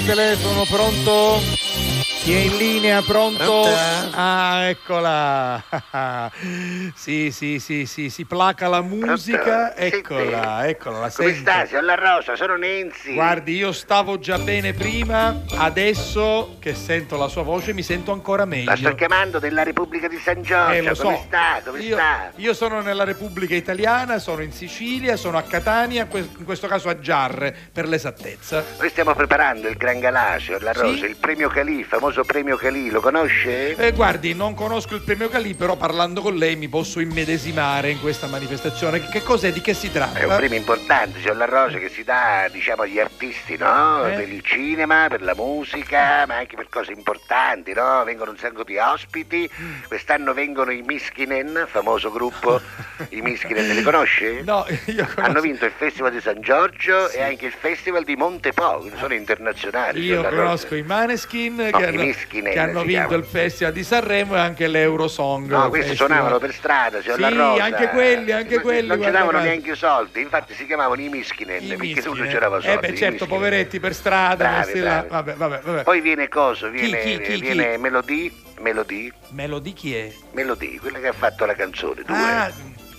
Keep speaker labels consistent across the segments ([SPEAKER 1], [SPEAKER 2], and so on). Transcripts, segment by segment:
[SPEAKER 1] Telefono, pronto? Chi è in linea, pronto? Ah, eccola. Sì, si placa la musica. Eccola, la
[SPEAKER 2] Come
[SPEAKER 1] sento.
[SPEAKER 2] stai, signor La Rosa? Sono Nenzi.
[SPEAKER 1] Guardi, io stavo già bene prima, adesso che sento la sua voce mi sento ancora meglio.
[SPEAKER 2] La sto chiamando della Repubblica di San Giorgio.
[SPEAKER 1] Lo so.
[SPEAKER 2] Come sta? Come sta?
[SPEAKER 1] Io sono nella Repubblica Italiana, sono in Sicilia, sono a Catania, in questo caso a Giarre, per l'esattezza.
[SPEAKER 2] Noi stiamo preparando il Gran Galà, signor La Rosa,
[SPEAKER 1] Sì?
[SPEAKER 2] il premio Calì, il famoso premio Calì, lo conosce?
[SPEAKER 1] Guardi, non conosco il premio Calì, però parlando con lei mi posso immedesimare in questa manifestazione. Che cos'è? Di che si tratta?
[SPEAKER 2] È un premio importante, signor La Rosa, che si dà, diciamo, agli artisti, no? Per il cinema, per la musica, ma anche per cose importanti, no? Vengono un sacco di ospiti. Quest'anno vengono i Miskinen, famoso gruppo. I Miskinen, li conosce?
[SPEAKER 1] No, io conosco.
[SPEAKER 2] Hanno vinto il Festival di San Giorgio e anche il Festival di Montepo, quindi sono internazionali.
[SPEAKER 1] Io
[SPEAKER 2] signor La Rosa.
[SPEAKER 1] conosco i Maneskin
[SPEAKER 2] No,
[SPEAKER 1] che
[SPEAKER 2] i
[SPEAKER 1] hanno,
[SPEAKER 2] Miskinen
[SPEAKER 1] che hanno
[SPEAKER 2] si
[SPEAKER 1] vinto
[SPEAKER 2] chiamano.
[SPEAKER 1] il Festival di Sanremo e anche l'Eurosong.
[SPEAKER 2] No, questi
[SPEAKER 1] Festival.
[SPEAKER 2] suonavano per strada, signor
[SPEAKER 1] Sì,
[SPEAKER 2] La Rosa.
[SPEAKER 1] anche quelli,
[SPEAKER 2] Non ci
[SPEAKER 1] guarda
[SPEAKER 2] davano
[SPEAKER 1] caso.
[SPEAKER 2] neanche i soldi, infatti si chiamavano i Miskinen,
[SPEAKER 1] I
[SPEAKER 2] perché
[SPEAKER 1] Miskinen.
[SPEAKER 2] tu non c'erava soldi.
[SPEAKER 1] beh,
[SPEAKER 2] i
[SPEAKER 1] certo,
[SPEAKER 2] Miskinen.
[SPEAKER 1] poveretti per strada.
[SPEAKER 2] Bravi,
[SPEAKER 1] questi là.
[SPEAKER 2] bravi.
[SPEAKER 1] Vabbè.
[SPEAKER 2] Poi viene coso,
[SPEAKER 1] Chi?
[SPEAKER 2] viene Melody,
[SPEAKER 1] Melody chi è?
[SPEAKER 2] Melody, quella che ha fatto la canzone, due.
[SPEAKER 1] Ah,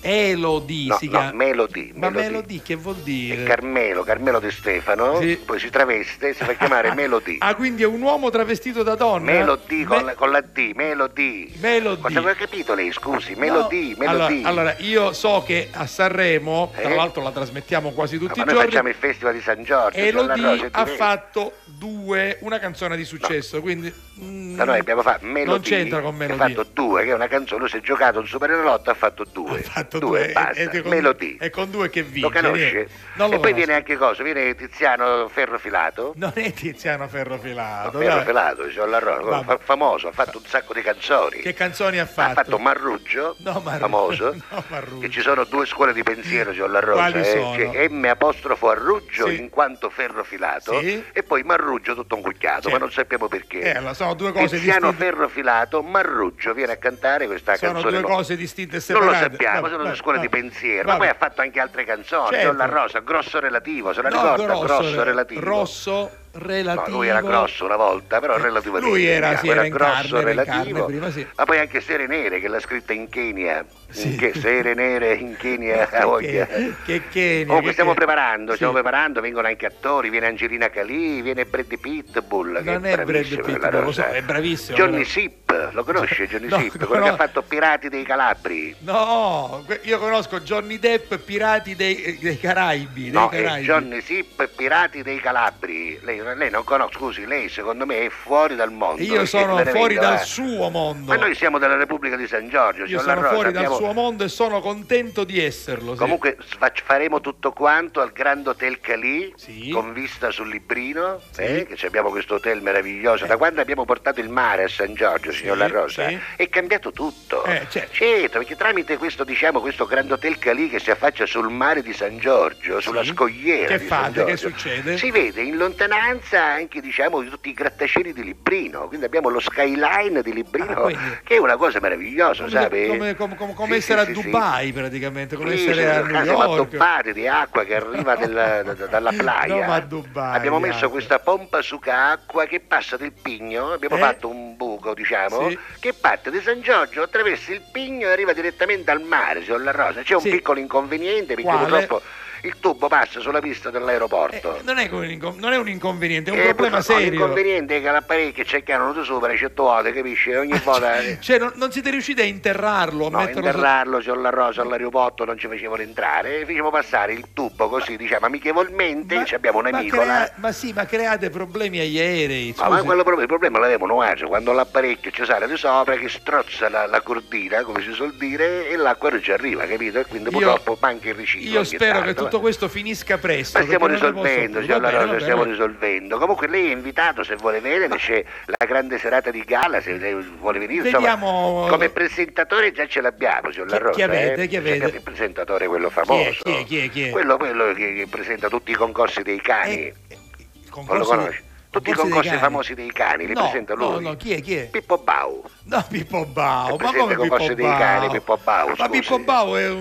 [SPEAKER 1] Elodie
[SPEAKER 2] no,
[SPEAKER 1] si chiama.
[SPEAKER 2] Melody.
[SPEAKER 1] Ma Melody che vuol dire?
[SPEAKER 2] E Carmelo De Stefano,
[SPEAKER 1] Sì.
[SPEAKER 2] poi si traveste e si fa chiamare Melody.
[SPEAKER 1] Ah, quindi è un uomo travestito da donna?
[SPEAKER 2] Melody con la D, Melody.
[SPEAKER 1] Melody.
[SPEAKER 2] Cosa aveva capito lei, scusi?
[SPEAKER 1] No.
[SPEAKER 2] Melody.
[SPEAKER 1] Allora, io so che a Sanremo, tra l'altro la trasmettiamo quasi tutti
[SPEAKER 2] Ma
[SPEAKER 1] i
[SPEAKER 2] noi
[SPEAKER 1] giorni,
[SPEAKER 2] facciamo il Festival di San Giorgio. signor La Rosa,
[SPEAKER 1] Elodie ha
[SPEAKER 2] ti vedi?
[SPEAKER 1] fatto una canzone di successo, quindi
[SPEAKER 2] No, noi abbiamo fatto Melody,
[SPEAKER 1] non c'entra con
[SPEAKER 2] che
[SPEAKER 1] Melody.
[SPEAKER 2] ha fatto due, che è una canzone, lui si è giocato un Superenalotto, ha fatto due.
[SPEAKER 1] Ha fatto due,
[SPEAKER 2] basta. Melody.
[SPEAKER 1] E con due che vince.
[SPEAKER 2] Lo conosce?
[SPEAKER 1] niente. Non lo
[SPEAKER 2] E poi
[SPEAKER 1] conosco.
[SPEAKER 2] viene anche cosa? Viene Tiziano Ferrofilato.
[SPEAKER 1] Non è Tiziano Ferrofilato.
[SPEAKER 2] Ferrofilato, signor La Rosa,
[SPEAKER 1] Vabbè.
[SPEAKER 2] famoso, ha fatto un sacco di canzoni.
[SPEAKER 1] Che canzoni ha fatto?
[SPEAKER 2] Ha fatto Marruggio,
[SPEAKER 1] No,
[SPEAKER 2] famoso,
[SPEAKER 1] no, Marruggio.
[SPEAKER 2] che ci sono due scuole di pensiero, signor La Rosa,
[SPEAKER 1] Quali sono?
[SPEAKER 2] C'è M apostrofo Arruggio
[SPEAKER 1] Sì.
[SPEAKER 2] in quanto ferrofilato
[SPEAKER 1] Sì.
[SPEAKER 2] e poi Marruggio tutto un cucchiato,
[SPEAKER 1] Sì.
[SPEAKER 2] ma non sappiamo perché.
[SPEAKER 1] Allora, sono due cose
[SPEAKER 2] Tiziano
[SPEAKER 1] distinte.
[SPEAKER 2] Ferrofilato, Marruggio viene a cantare questa
[SPEAKER 1] Sono
[SPEAKER 2] canzone.
[SPEAKER 1] due cose distinte e
[SPEAKER 2] Non lo
[SPEAKER 1] separate.
[SPEAKER 2] sappiamo,
[SPEAKER 1] Vabbè,
[SPEAKER 2] sono due
[SPEAKER 1] vabbè,
[SPEAKER 2] scuole di
[SPEAKER 1] vabbè.
[SPEAKER 2] pensiero, ma
[SPEAKER 1] Vabbè.
[SPEAKER 2] poi ha fatto anche altre canzoni,
[SPEAKER 1] Certo.
[SPEAKER 2] signor La Rosa, grosso relativo, se la
[SPEAKER 1] No,
[SPEAKER 2] ricorda? Grosso relativo.
[SPEAKER 1] Rosso
[SPEAKER 2] No,
[SPEAKER 1] relativo.
[SPEAKER 2] lui era grosso una volta, però relativamente.
[SPEAKER 1] Lui era, sì, era in
[SPEAKER 2] grosso
[SPEAKER 1] carne, era in
[SPEAKER 2] relativo.
[SPEAKER 1] carne prima, sì.
[SPEAKER 2] Ma poi anche Sere Nere, che l'ha scritta in Kenya.
[SPEAKER 1] Sì.
[SPEAKER 2] Sere Nere in Kenya, a voglia.
[SPEAKER 1] Che Kenya.
[SPEAKER 2] Comunque stiamo
[SPEAKER 1] Sì.
[SPEAKER 2] preparando, vengono anche attori, viene Angelina Calì, viene Brad Pitbull, che
[SPEAKER 1] Non
[SPEAKER 2] è
[SPEAKER 1] è Brad
[SPEAKER 2] bravissimo,
[SPEAKER 1] Pitt,
[SPEAKER 2] La
[SPEAKER 1] lo
[SPEAKER 2] Rosa.
[SPEAKER 1] so, è bravissimo.
[SPEAKER 2] Johnny
[SPEAKER 1] però.
[SPEAKER 2] Sipp, lo conosce Johnny
[SPEAKER 1] No,
[SPEAKER 2] Sipp? Quello che ha fatto Pirati dei Calabri.
[SPEAKER 1] No, io conosco Johnny Depp, Pirati dei Caraibi.
[SPEAKER 2] No,
[SPEAKER 1] dei
[SPEAKER 2] è
[SPEAKER 1] Caraibi.
[SPEAKER 2] Johnny Sipp, Pirati dei Calabri. Lei non conosce, scusi, lei secondo me è fuori dal mondo.
[SPEAKER 1] Io sono
[SPEAKER 2] perché
[SPEAKER 1] fuori
[SPEAKER 2] venga,
[SPEAKER 1] dal suo mondo.
[SPEAKER 2] Ma noi siamo della Repubblica di San Giorgio,
[SPEAKER 1] Io
[SPEAKER 2] signor La
[SPEAKER 1] sono
[SPEAKER 2] Rosa,
[SPEAKER 1] fuori dal
[SPEAKER 2] abbiamo-
[SPEAKER 1] suo mondo e sono contento di esserlo. Sì.
[SPEAKER 2] Comunque faremo tutto quanto al Grand Hotel Calì,
[SPEAKER 1] Sì.
[SPEAKER 2] con vista sul Librino,
[SPEAKER 1] Sì.
[SPEAKER 2] che abbiamo questo hotel meraviglioso. Da quando abbiamo portato il mare a San Giorgio, signor La Rosa,
[SPEAKER 1] sì.
[SPEAKER 2] è cambiato tutto.
[SPEAKER 1] Certo.
[SPEAKER 2] Perché tramite questo Grand Hotel Calì che si affaccia sul mare di San Giorgio, sulla scogliera
[SPEAKER 1] Che
[SPEAKER 2] di San
[SPEAKER 1] fate?
[SPEAKER 2] Giorgio,
[SPEAKER 1] Che succede?
[SPEAKER 2] si vede in lontananza anche tutti i grattacieli di Librino, quindi abbiamo lo skyline di Librino,
[SPEAKER 1] quindi-
[SPEAKER 2] che è una cosa meravigliosa, sape?
[SPEAKER 1] Come
[SPEAKER 2] Sì,
[SPEAKER 1] essere
[SPEAKER 2] sì,
[SPEAKER 1] a
[SPEAKER 2] sì,
[SPEAKER 1] Dubai praticamente, come
[SPEAKER 2] sì,
[SPEAKER 1] essere a
[SPEAKER 2] sì,
[SPEAKER 1] New
[SPEAKER 2] siamo
[SPEAKER 1] York.
[SPEAKER 2] addobbati di acqua che arriva dalla playa.
[SPEAKER 1] No, ma a Dubai,
[SPEAKER 2] abbiamo messo
[SPEAKER 1] acqua.
[SPEAKER 2] questa pompa suca acqua che passa del Pigno, abbiamo fatto un buco, diciamo,
[SPEAKER 1] Sì.
[SPEAKER 2] che parte di San Giorgio, attraversa il Pigno e arriva direttamente al mare, signor La Rosa. C'è un
[SPEAKER 1] Sì.
[SPEAKER 2] piccolo inconveniente perché
[SPEAKER 1] Quale?
[SPEAKER 2] purtroppo il tubo passa sulla pista dell'aeroporto.
[SPEAKER 1] Non è un inconveniente, è un problema
[SPEAKER 2] purtroppo
[SPEAKER 1] serio.
[SPEAKER 2] L'inconveniente è che l'apparecchio cercano di sopra, c'è volte, capisci? Ogni volta.
[SPEAKER 1] Cioè, non siete riusciti a interrarlo, a
[SPEAKER 2] No,
[SPEAKER 1] metterlo
[SPEAKER 2] interrarlo, signor La Rosa, all'aeroporto non ci facevano entrare, facevamo passare il tubo così, diciamo, amichevolmente, ci abbiamo un'amicola.
[SPEAKER 1] ma create problemi agli aerei.
[SPEAKER 2] No, ma
[SPEAKER 1] scusi.
[SPEAKER 2] il problema l'avevamo noi, quando l'apparecchio ci sale di sopra che strozza la cordina, come si suol dire, e l'acqua non ci arriva, capito? E quindi purtroppo manca il riciclo.
[SPEAKER 1] Io
[SPEAKER 2] ogni
[SPEAKER 1] spero
[SPEAKER 2] tanto,
[SPEAKER 1] che tutto questo finisca presto.
[SPEAKER 2] Ma stiamo
[SPEAKER 1] perché non ne posso
[SPEAKER 2] risolvendo,
[SPEAKER 1] più.
[SPEAKER 2] signor La
[SPEAKER 1] Va bene,
[SPEAKER 2] Rosa,
[SPEAKER 1] va
[SPEAKER 2] stiamo
[SPEAKER 1] bene.
[SPEAKER 2] risolvendo. Comunque lei è invitato, se vuole vedere, c'è la grande serata di gala, se lei vuole venire.
[SPEAKER 1] Vediamo.
[SPEAKER 2] Come presentatore già ce l'abbiamo, signor La Rosa.
[SPEAKER 1] Chi avete?
[SPEAKER 2] Il presentatore, quello famoso.
[SPEAKER 1] Chi è?
[SPEAKER 2] Quello che presenta tutti i concorsi dei cani. Non lo conosci? Tutti i concorsi
[SPEAKER 1] dei cani.
[SPEAKER 2] famosi dei cani, li
[SPEAKER 1] No,
[SPEAKER 2] presenta lui.
[SPEAKER 1] No, chi è?
[SPEAKER 2] Pippo Bau.
[SPEAKER 1] No, Pippo Bau. Ma
[SPEAKER 2] Presenta
[SPEAKER 1] come
[SPEAKER 2] i concorsi
[SPEAKER 1] Pippo
[SPEAKER 2] dei cani,
[SPEAKER 1] Bau?
[SPEAKER 2] Pippo Bau,
[SPEAKER 1] Ma
[SPEAKER 2] scusi.
[SPEAKER 1] Pippo Bau è un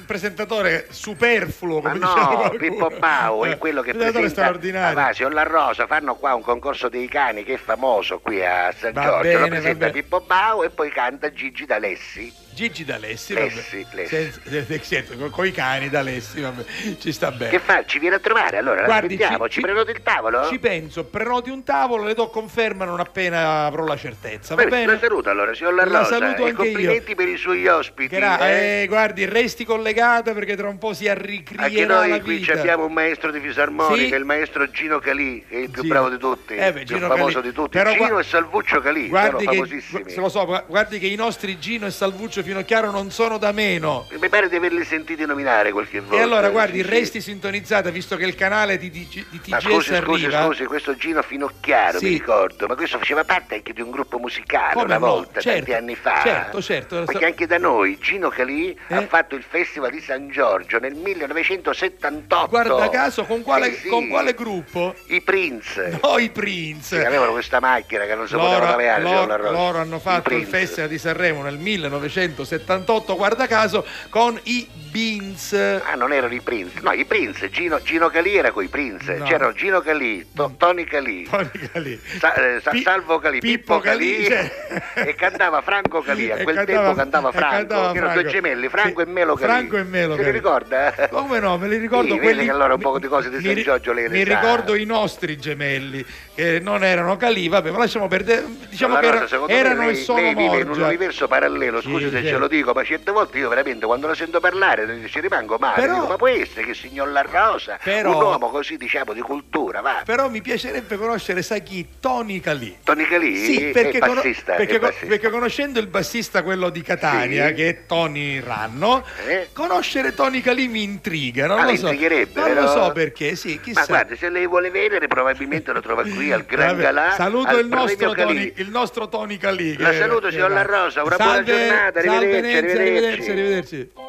[SPEAKER 1] presentatore superfluo,
[SPEAKER 2] Ma
[SPEAKER 1] come diceva
[SPEAKER 2] no,
[SPEAKER 1] qualcuno.
[SPEAKER 2] Pippo Bau è quello che
[SPEAKER 1] Presentatore
[SPEAKER 2] presenta
[SPEAKER 1] straordinario.
[SPEAKER 2] Avasio La Rosa, fanno qua un concorso dei cani che è famoso qui a San
[SPEAKER 1] Va
[SPEAKER 2] Giorgio,
[SPEAKER 1] bene,
[SPEAKER 2] lo
[SPEAKER 1] va
[SPEAKER 2] presenta
[SPEAKER 1] bene.
[SPEAKER 2] Pippo Bau e poi canta Gigi D'Alessi.
[SPEAKER 1] Gigi D'Alessi,
[SPEAKER 2] Lessi,
[SPEAKER 1] con i cani D'Alessi, vabbè, ci sta bene.
[SPEAKER 2] Che fa? Ci viene a trovare allora?
[SPEAKER 1] Guardi,
[SPEAKER 2] Aspettiamo, ci prenoti il tavolo?
[SPEAKER 1] Ci penso, prenoti un tavolo, le do conferma non appena avrò la certezza, va bene?
[SPEAKER 2] La saluto allora, signor La
[SPEAKER 1] La
[SPEAKER 2] Rosa,
[SPEAKER 1] saluto
[SPEAKER 2] e
[SPEAKER 1] anche
[SPEAKER 2] complimenti per i suoi ospiti.
[SPEAKER 1] Guardi, resti collegata perché tra un po' si
[SPEAKER 2] Anche
[SPEAKER 1] arricchierà la
[SPEAKER 2] noi qui
[SPEAKER 1] vita.
[SPEAKER 2] abbiamo un maestro di fisarmonica,
[SPEAKER 1] Sì.
[SPEAKER 2] il maestro Gino Calì, che è il più
[SPEAKER 1] Sì.
[SPEAKER 2] bravo di tutti, il più
[SPEAKER 1] Gino
[SPEAKER 2] famoso
[SPEAKER 1] Calì.
[SPEAKER 2] di tutti.
[SPEAKER 1] Però
[SPEAKER 2] Gino e Salvuccio Calì sono
[SPEAKER 1] Guardi che,
[SPEAKER 2] famosissimi.
[SPEAKER 1] se lo so, guardi che i nostri Gino e Salvuccio Finocchiaro non sono da meno.
[SPEAKER 2] Mi pare di averli sentiti nominare qualche volta.
[SPEAKER 1] E allora guardi,
[SPEAKER 2] sì,
[SPEAKER 1] resti sintonizzata visto che il canale di
[SPEAKER 2] Ma
[SPEAKER 1] TGS arriva.
[SPEAKER 2] scusi, questo Gino Finocchiaro,
[SPEAKER 1] Sì.
[SPEAKER 2] mi ricordo, ma questo faceva parte anche di un gruppo musicale
[SPEAKER 1] Come
[SPEAKER 2] una
[SPEAKER 1] no?
[SPEAKER 2] volta,
[SPEAKER 1] Certo,
[SPEAKER 2] tanti anni fa.
[SPEAKER 1] certo.
[SPEAKER 2] Perché anche da noi Gino Calì ha
[SPEAKER 1] Eh?
[SPEAKER 2] fatto il Festival di San Giorgio nel 1978.
[SPEAKER 1] Guarda caso, con quale,
[SPEAKER 2] Sì.
[SPEAKER 1] con quale gruppo?
[SPEAKER 2] I Prince.
[SPEAKER 1] No, i Prince.
[SPEAKER 2] Che avevano questa macchina che non si poteva navigare. signor La Rosa.
[SPEAKER 1] loro hanno fatto
[SPEAKER 2] I
[SPEAKER 1] il
[SPEAKER 2] Prince.
[SPEAKER 1] Festival di Sanremo nel 1978, guarda caso, con i Beans.
[SPEAKER 2] Ah, non erano i Prince. No, i Prince. Gino Calì era coi Prince.
[SPEAKER 1] No.
[SPEAKER 2] C'erano Gino Calì, Tony Calì,
[SPEAKER 1] Tony Calì.
[SPEAKER 2] Salvo Calì, Pippo Calì e cantava Franco Calì. A
[SPEAKER 1] E
[SPEAKER 2] quel tempo cantava Franco, che erano due gemelli, Franco
[SPEAKER 1] Sì,
[SPEAKER 2] e Melo Calì.
[SPEAKER 1] Franco e Melo
[SPEAKER 2] Se li
[SPEAKER 1] Calì.
[SPEAKER 2] ricorda?
[SPEAKER 1] Come no, me li ricordo
[SPEAKER 2] Sì,
[SPEAKER 1] quelli.
[SPEAKER 2] vedi che allora un po' di cose di San Giorgio lei le
[SPEAKER 1] mi
[SPEAKER 2] sa.
[SPEAKER 1] ricordo i nostri gemelli che non erano Calì, vabbè, ma lasciamo perdere. Diciamo
[SPEAKER 2] La
[SPEAKER 1] che
[SPEAKER 2] Rosa, secondo me
[SPEAKER 1] erano
[SPEAKER 2] lei,
[SPEAKER 1] e sono
[SPEAKER 2] lei vive in un
[SPEAKER 1] Morgia.
[SPEAKER 2] universo parallelo, scusi
[SPEAKER 1] Sì,
[SPEAKER 2] se
[SPEAKER 1] sì.
[SPEAKER 2] ce lo dico, ma certe volte io veramente quando la sento parlare ci rimango male.
[SPEAKER 1] Però-
[SPEAKER 2] Dico, ma può essere che il signor La Rosa,
[SPEAKER 1] Però-
[SPEAKER 2] un uomo così diciamo di cultura, va?
[SPEAKER 1] Però mi piacerebbe conoscere, sai chi? Tony Calì.
[SPEAKER 2] Tony Calì
[SPEAKER 1] Sì,
[SPEAKER 2] è
[SPEAKER 1] perché,
[SPEAKER 2] bassista, è bassista.
[SPEAKER 1] perché conoscendo il bassista, quello di Catania,
[SPEAKER 2] Sì.
[SPEAKER 1] che è Tony Ranno, conoscere Tony Calì mi intriga, non
[SPEAKER 2] Ah,
[SPEAKER 1] lo
[SPEAKER 2] mi
[SPEAKER 1] so.
[SPEAKER 2] intrigherebbe,
[SPEAKER 1] Non lo
[SPEAKER 2] però.
[SPEAKER 1] so perché, sì, chissà.
[SPEAKER 2] Ma guarda, se lei vuole vedere probabilmente lo trova qui al Gran
[SPEAKER 1] Vabbè,
[SPEAKER 2] Galà.
[SPEAKER 1] saluto
[SPEAKER 2] al
[SPEAKER 1] il nostro,
[SPEAKER 2] Premio Calì.
[SPEAKER 1] il nostro Tony Calì.
[SPEAKER 2] La
[SPEAKER 1] che-
[SPEAKER 2] saluto,
[SPEAKER 1] che
[SPEAKER 2] signor
[SPEAKER 1] va.
[SPEAKER 2] La Rosa, una
[SPEAKER 1] Salve,
[SPEAKER 2] buona giornata,
[SPEAKER 1] salve
[SPEAKER 2] arrivederci,
[SPEAKER 1] Nenzi,
[SPEAKER 2] arrivederci.
[SPEAKER 1] arrivederci.